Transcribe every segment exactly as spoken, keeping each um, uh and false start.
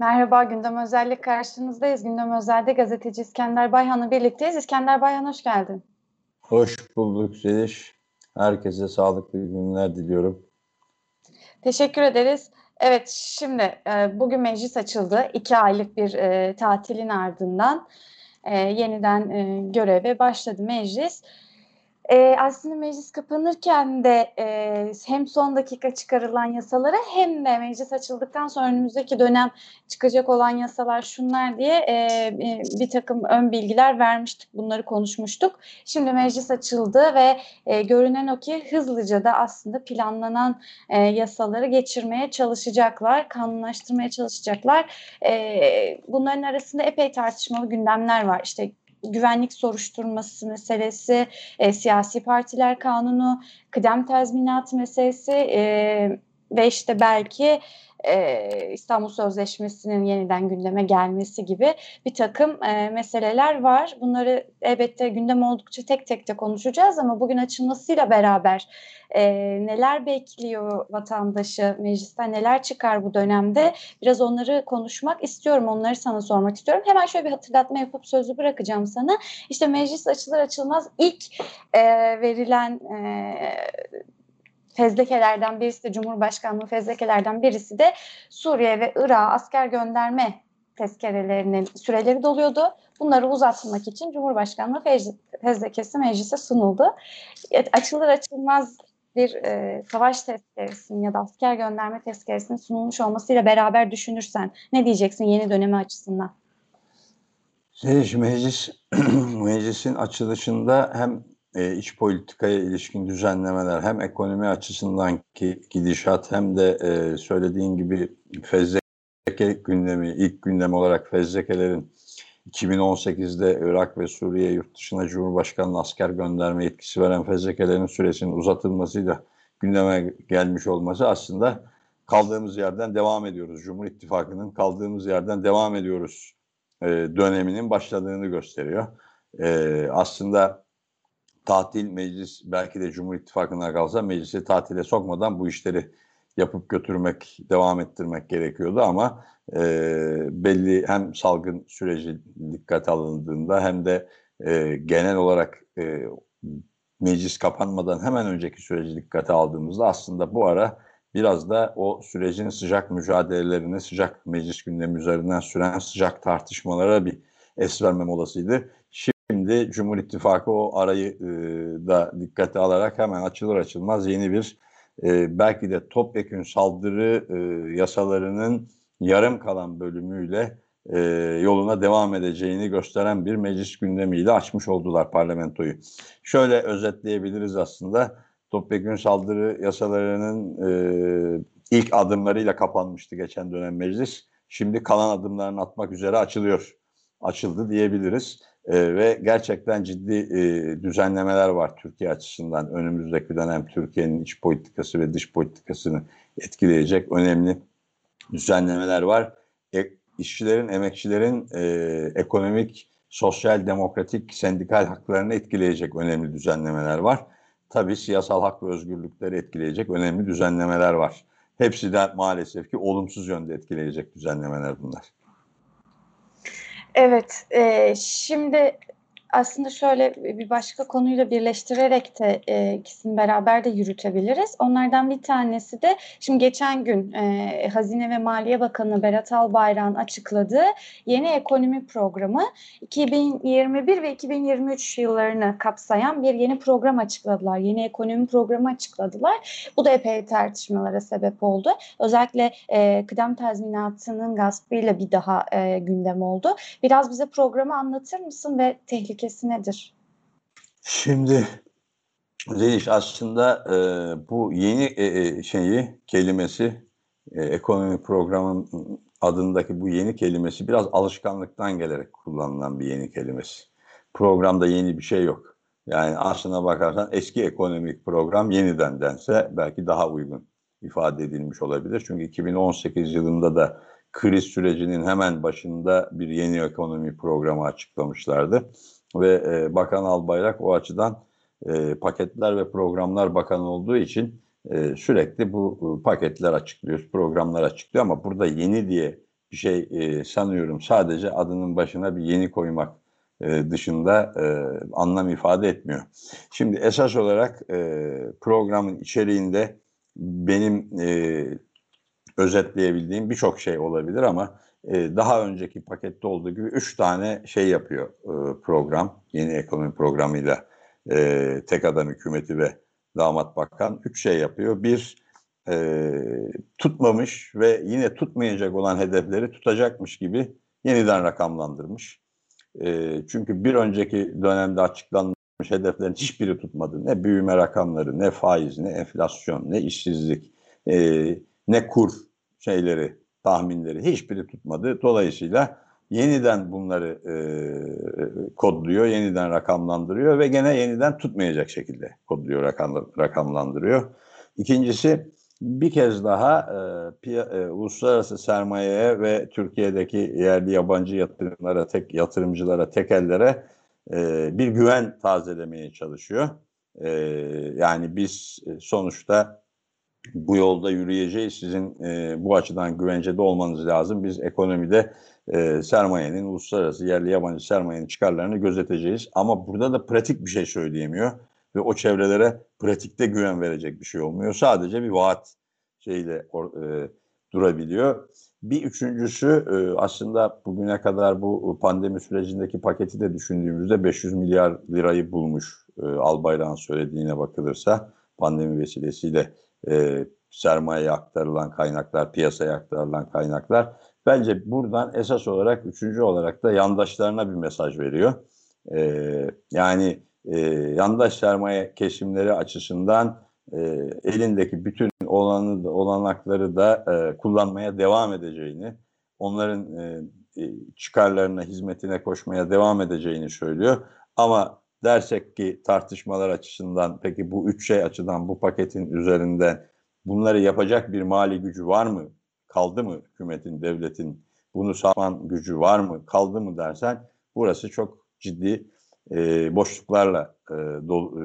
Merhaba, Gündem Özel'le karşınızdayız. Gündem Özel'de gazeteci İskender Bayhan'la birlikteyiz. İskender Bayhan, hoş geldin. Hoş bulduk Zeliş. Herkese sağlıklı günler diliyorum. Teşekkür ederiz. Evet, şimdi e, bugün meclis açıldı. İki aylık bir e, tatilin ardından e, yeniden e, göreve başladı meclis. E, aslında meclis kapanırken de e, hem son dakika çıkarılan yasalara hem de meclis açıldıktan sonra önümüzdeki dönem çıkacak olan yasalar şunlar diye e, e, bir takım ön bilgiler vermiştik. Bunları konuşmuştuk. Şimdi meclis açıldı ve e, görünen o ki hızlıca da aslında planlanan e, yasaları geçirmeye çalışacaklar, kanunlaştırmaya çalışacaklar. E, bunların arasında epey tartışmalı gündemler var. İşte güvenlik soruşturması meselesi, e, siyasi partiler kanunu, kıdem tazminatı meselesi e, ve işte belki e, İstanbul Sözleşmesi'nin yeniden gündeme gelmesi gibi bir takım e, meseleler var. Bunları elbette gündem oldukça tek tek de konuşacağız ama bugün açılmasıyla beraber e, neler bekliyor vatandaşı, meclisten neler çıkar bu dönemde biraz onları konuşmak istiyorum, onları sana sormak istiyorum. Hemen şöyle bir hatırlatma yapıp sözü bırakacağım sana. İşte meclis açılır açılmaz ilk e, verilen e, fezlekelerden birisi de Cumhurbaşkanlığı fezlekelerden birisi de Suriye ve Irak'a asker gönderme tezkerelerinin süreleri doluyordu. Bunları uzatmak için Cumhurbaşkanlığı fezlekesi meclise sunuldu. Açılır açılmaz bir e, savaş tezkeresinin ya da asker gönderme tezkeresinin sunulmuş olmasıyla beraber düşünürsen ne diyeceksin yeni dönemi açısından? Zeliş, meclis, meclisin açılışında hem e, iç politikaya ilişkin düzenlemeler hem ekonomi açısından ki gidişat hem de e, söylediğin gibi fezleke gündemi, ilk gündem olarak fezlekelerin iki bin on sekizde Irak ve Suriye yurt dışına Cumhurbaşkanı'nın asker gönderme yetkisi veren fezlekelerin süresinin uzatılmasıyla gündeme gelmiş olması aslında kaldığımız yerden devam ediyoruz. Cumhur İttifakı'nın kaldığımız yerden devam ediyoruz e, döneminin başladığını gösteriyor. E, aslında tatil meclis belki de Cumhur İttifakı'na kalsa meclisi tatile sokmadan bu işleri yapıp götürmek, devam ettirmek gerekiyordu ama e, belli hem salgın süreci dikkate alındığında hem de e, genel olarak e, meclis kapanmadan hemen önceki süreci dikkate aldığımızda aslında bu ara biraz da o sürecin sıcak mücadelelerini, sıcak meclis gündemi üzerinden süren sıcak tartışmalara bir es verme molasıydı. Şimdi Cumhur İttifakı o arayı e, da dikkate alarak hemen açılır açılmaz yeni bir e, belki de topyekün saldırı e, yasalarının yarım kalan bölümüyle e, yoluna devam edeceğini gösteren bir meclis gündemiyle açmış oldular parlamentoyu. Şöyle özetleyebiliriz aslında. Topyekün saldırı yasalarının e, ilk adımlarıyla kapanmıştı geçen dönem meclis. Şimdi kalan adımlarını atmak üzere açılıyor. Açıldı diyebiliriz. E, ve gerçekten ciddi e, düzenlemeler var Türkiye açısından. Önümüzdeki dönem Türkiye'nin iç politikası ve dış politikasını etkileyecek önemli düzenlemeler var. E, işçilerin, emekçilerin e, ekonomik, sosyal, demokratik, sendikal haklarını etkileyecek önemli düzenlemeler var. Tabii siyasal hak ve özgürlükleri etkileyecek önemli düzenlemeler var. Hepsi de maalesef ki olumsuz yönde etkileyecek düzenlemeler bunlar. Evet, e, şimdi aslında şöyle bir başka konuyla birleştirerek de e, ikisini beraber de yürütebiliriz. Onlardan bir tanesi de şimdi geçen gün e, Hazine ve Maliye Bakanı Berat Albayrak'ın açıkladığı yeni ekonomi programı iki bin yirmi bir ve iki bin yirmi üç yıllarını kapsayan bir yeni program açıkladılar. Yeni ekonomi programı açıkladılar. Bu da epey tartışmalara sebep oldu. Özellikle e, kıdem tazminatının gaspıyla bir daha e, gündem oldu. Biraz bize programı anlatır mısın ve tehlikesi nedir? Şimdi Zeliş aslında e, bu yeni e, şeyi kelimesi e, ekonomi programın adındaki bu yeni kelimesi biraz alışkanlıktan gelerek kullanılan bir yeni kelimesi. Programda yeni bir şey yok. Yani aslına bakarsan eski ekonomik program yeniden dense belki daha uygun ifade edilmiş olabilir. Çünkü iki bin on sekiz yılında da kriz sürecinin hemen başında bir yeni ekonomi programı açıklamışlardı. Ve e, Bakan Albayrak o açıdan e, paketler ve programlar bakanı olduğu için e, sürekli bu e, paketler açıklıyor, programlar açıklıyor ama burada yeni diye bir şey e, sanıyorum. Sadece adının başına bir yeni koymak e, dışında e, anlam ifade etmiyor. Şimdi esas olarak e, programın içeriğinde benim e, özetleyebildiğim birçok şey olabilir ama e, daha önceki pakette olduğu gibi üç tane şey yapıyor e, program. Yeni ekonomi programıyla e, tek adam hükümeti ve damat bakan üç şey yapıyor. Bir, e, tutmamış ve yine tutmayacak olan hedefleri tutacakmış gibi yeniden rakamlandırmış. E, çünkü bir önceki dönemde açıklanmış hedeflerin hiçbiri tutmadı. Ne büyüme rakamları, ne faiz, ne enflasyon, ne işsizlik, e, ne kur şeyleri, tahminleri hiçbiri tutmadı. Dolayısıyla yeniden bunları e, kodluyor, yeniden rakamlandırıyor ve gene yeniden tutmayacak şekilde kodluyor, rakam, rakamlandırıyor. İkincisi, bir kez daha e, piya, e, uluslararası sermayeye ve Türkiye'deki yerli yabancı yatırımlara, tek yatırımcılara, tekellere e, bir güven tazelemeye çalışıyor. E, yani biz e, sonuçta bu yolda yürüyeceğiz. Sizin e, bu açıdan güvencede olmanız lazım. Biz ekonomide e, sermayenin, uluslararası yerli yabancı sermayenin çıkarlarını gözeteceğiz. Ama burada da pratik bir şey söyleyemiyor ve o çevrelere pratikte güven verecek bir şey olmuyor. Sadece bir vaat şeyle e, durabiliyor. Bir üçüncüsü e, aslında bugüne kadar bu pandemi sürecindeki paketi de düşündüğümüzde beş yüz milyar lirayı bulmuş. E, Albayrak'ın söylediğine bakılırsa pandemi vesilesiyle e, sermayeye aktarılan kaynaklar, piyasaya aktarılan kaynaklar. Bence buradan esas olarak üçüncü olarak da yandaşlarına bir mesaj veriyor. E, yani e, yandaş sermaye kesimleri açısından e, elindeki bütün olanı, olanakları da e, kullanmaya devam edeceğini, onların e, çıkarlarına, hizmetine koşmaya devam edeceğini söylüyor. Ama dersek ki tartışmalar açısından peki bu üç şey açıdan bu paketin üzerinde bunları yapacak bir mali gücü var mı? Kaldı mı hükümetin, devletin bunu sağlayan gücü var mı? Kaldı mı dersen burası çok ciddi e, boşluklarla e, dolu, e,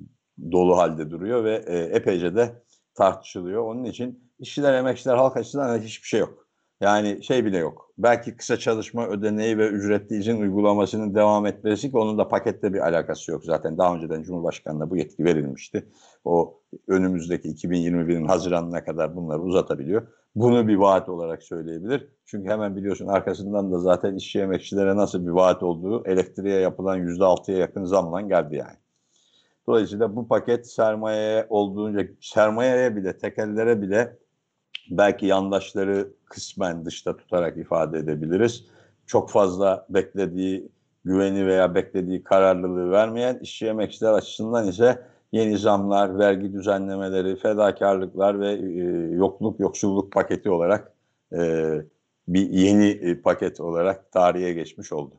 dolu halde duruyor ve e, epeyce de tartışılıyor. Onun için işçiler, emekçiler, halk açısından hiçbir şey yok. Yani şey bile yok. Belki kısa çalışma ödeneği ve ücretli izin uygulamasının devam etmesi ki onun da pakette bir alakası yok zaten. Daha önceden Cumhurbaşkanı'na bu yetki verilmişti. O önümüzdeki iki bin yirmi birin Haziran'ına kadar bunları uzatabiliyor. Bunu bir vaat olarak söyleyebilir. Çünkü hemen biliyorsun arkasından da zaten işçi emekçilere nasıl bir vaat olduğu elektriğe yapılan yüzde altıya yakın zamla geldi yani. Dolayısıyla bu paket sermayeye olduğunca, sermayeye bile, tekellere bile belki yandaşları kısmen dışta tutarak ifade edebiliriz. Çok fazla beklediği güveni veya beklediği kararlılığı vermeyen, işçi emekçiler açısından ise yeni zamlar, vergi düzenlemeleri, fedakarlıklar ve e, yokluk, yoksulluk paketi olarak e, bir yeni e, paket olarak tarihe geçmiş oldu.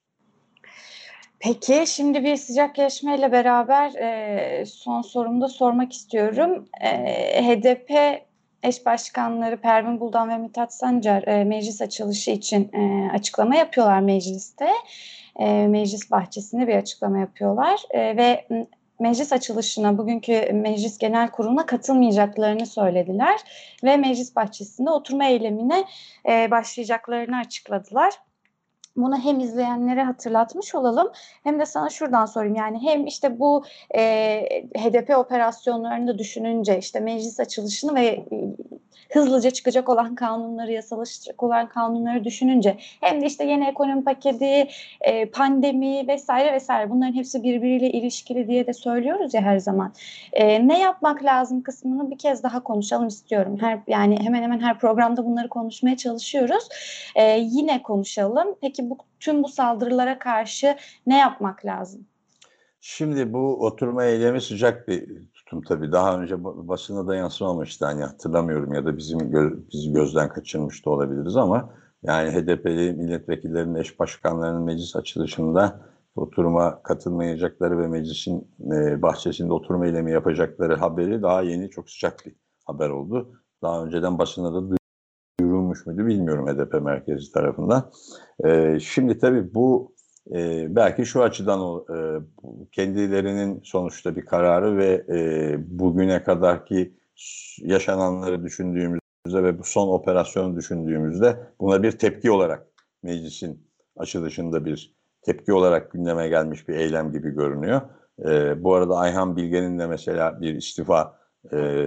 Peki şimdi bir sıcak gelişmeyle beraber e, son sorumu da sormak istiyorum. E, H D P eş başkanları Pervin Buldan ve Mithat Sancar e, meclis açılışı için e, açıklama yapıyorlar mecliste. E, meclis bahçesinde bir açıklama yapıyorlar e, ve meclis açılışına, bugünkü meclis genel kuruluna katılmayacaklarını söylediler ve meclis bahçesinde oturma eylemine e, başlayacaklarını açıkladılar. Bunu hem izleyenlere hatırlatmış olalım hem de sana şuradan sorayım. Yani hem işte bu e, H D P operasyonlarını da düşününce işte meclis açılışını ve e, hızlıca çıkacak olan kanunları, yasalaşacak olan kanunları düşününce hem de işte yeni ekonomi paketi, e, pandemi vesaire vesaire bunların hepsi birbiriyle ilişkili diye de söylüyoruz ya her zaman. E, ne yapmak lazım kısmını bir kez daha konuşalım istiyorum. Her yani hemen hemen her programda bunları konuşmaya çalışıyoruz. E, yine konuşalım. Peki bu tüm bu saldırılara karşı ne yapmak lazım? Şimdi bu oturma eylemi sıcak bir tutum tabii. Daha önce basına da yansımamıştı. Hani hatırlamıyorum ya da bizim gö- bizi gözden kaçırmış da olabiliriz ama yani H D P'li milletvekillerinin, eş başkanlarının meclis açılışında oturuma katılmayacakları ve meclisin e, bahçesinde oturma eylemi yapacakları haberi daha yeni çok sıcak bir haber oldu. Daha önceden basına da duyurulmuş muydu bilmiyorum H D P merkezi tarafından. E, şimdi tabii bu e, belki şu açıdan o e, kendilerinin sonuçta bir kararı ve e, bugüne kadarki yaşananları düşündüğümüzde ve bu son operasyonu düşündüğümüzde buna bir tepki olarak meclisin açılışında bir tepki olarak gündeme gelmiş bir eylem gibi görünüyor. E, bu arada Ayhan Bilge'nin de mesela bir istifa e,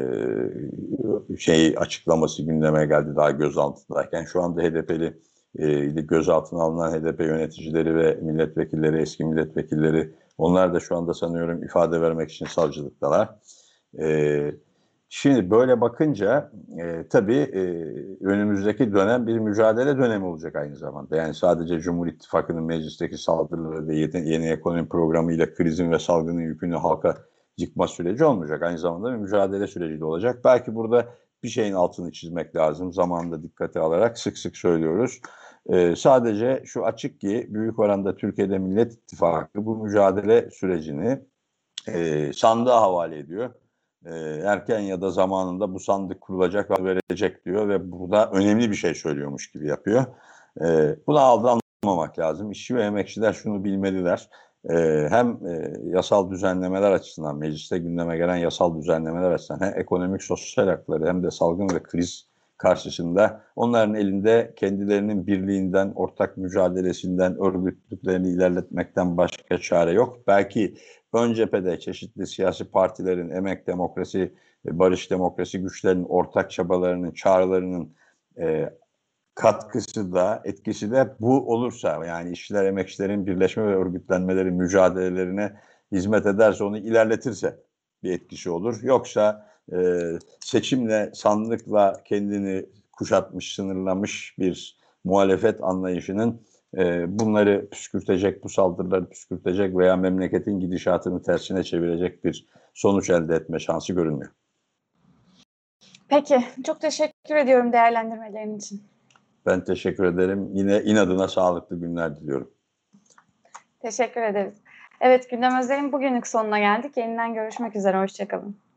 şey açıklaması gündeme geldi daha gözaltındayken. Şu anda H D P'li e, gözaltına alınan H D P yöneticileri ve milletvekilleri, eski milletvekilleri, onlar da şu anda sanıyorum ifade vermek için savcılıktalar. E, şimdi böyle bakınca e, tabii e, önümüzdeki dönem bir mücadele dönemi olacak aynı zamanda. Yani sadece Cumhur İttifakı'nın meclisteki saldırıları ve yeni, yeni ekonomi programıyla krizin ve salgının yükünü halka yıkma süreci olmayacak. Aynı zamanda bir mücadele süreci de olacak. Belki burada bir şeyin altını çizmek lazım. Zamanında dikkate alarak sık sık söylüyoruz. Ee, sadece şu açık ki büyük oranda Türkiye'de Millet İttifakı bu mücadele sürecini e, sandığa havale ediyor. E, erken ya da zamanında bu sandık kurulacak ve verecek diyor ve burada önemli bir şey söylüyormuş gibi yapıyor. E, buna aldanmamak lazım. İşçi ve emekçiler şunu bilmeliler. E, hem e, yasal düzenlemeler açısından, mecliste gündeme gelen yasal düzenlemeler açısından hem ekonomik sosyal hakları hem de salgın ve kriz karşısında onların elinde kendilerinin birliğinden, ortak mücadelesinden, örgütlüklerini ilerletmekten başka çare yok. Belki ön cephede çeşitli siyasi partilerin, emek demokrasi, barış demokrasi güçlerinin ortak çabalarının, çağrılarının e, katkısı da, etkisi de bu olursa, yani işçiler, emekçilerin birleşme ve örgütlenmeleri mücadelelerine hizmet ederse, onu ilerletirse bir etkisi olur. Yoksa e, seçimle, sandıkla kendini kuşatmış, sınırlamış bir muhalefet anlayışının e, bunları püskürtecek, bu saldırıları püskürtecek veya memleketin gidişatını tersine çevirecek bir sonuç elde etme şansı görünmüyor. Peki, çok teşekkür ediyorum değerlendirmelerin için. Ben teşekkür ederim. Yine inadına sağlıklı günler diliyorum. Teşekkür ederiz. Evet, Gündem Özel'in bugünlük sonuna geldik. Yeniden görüşmek üzere, hoşçakalın.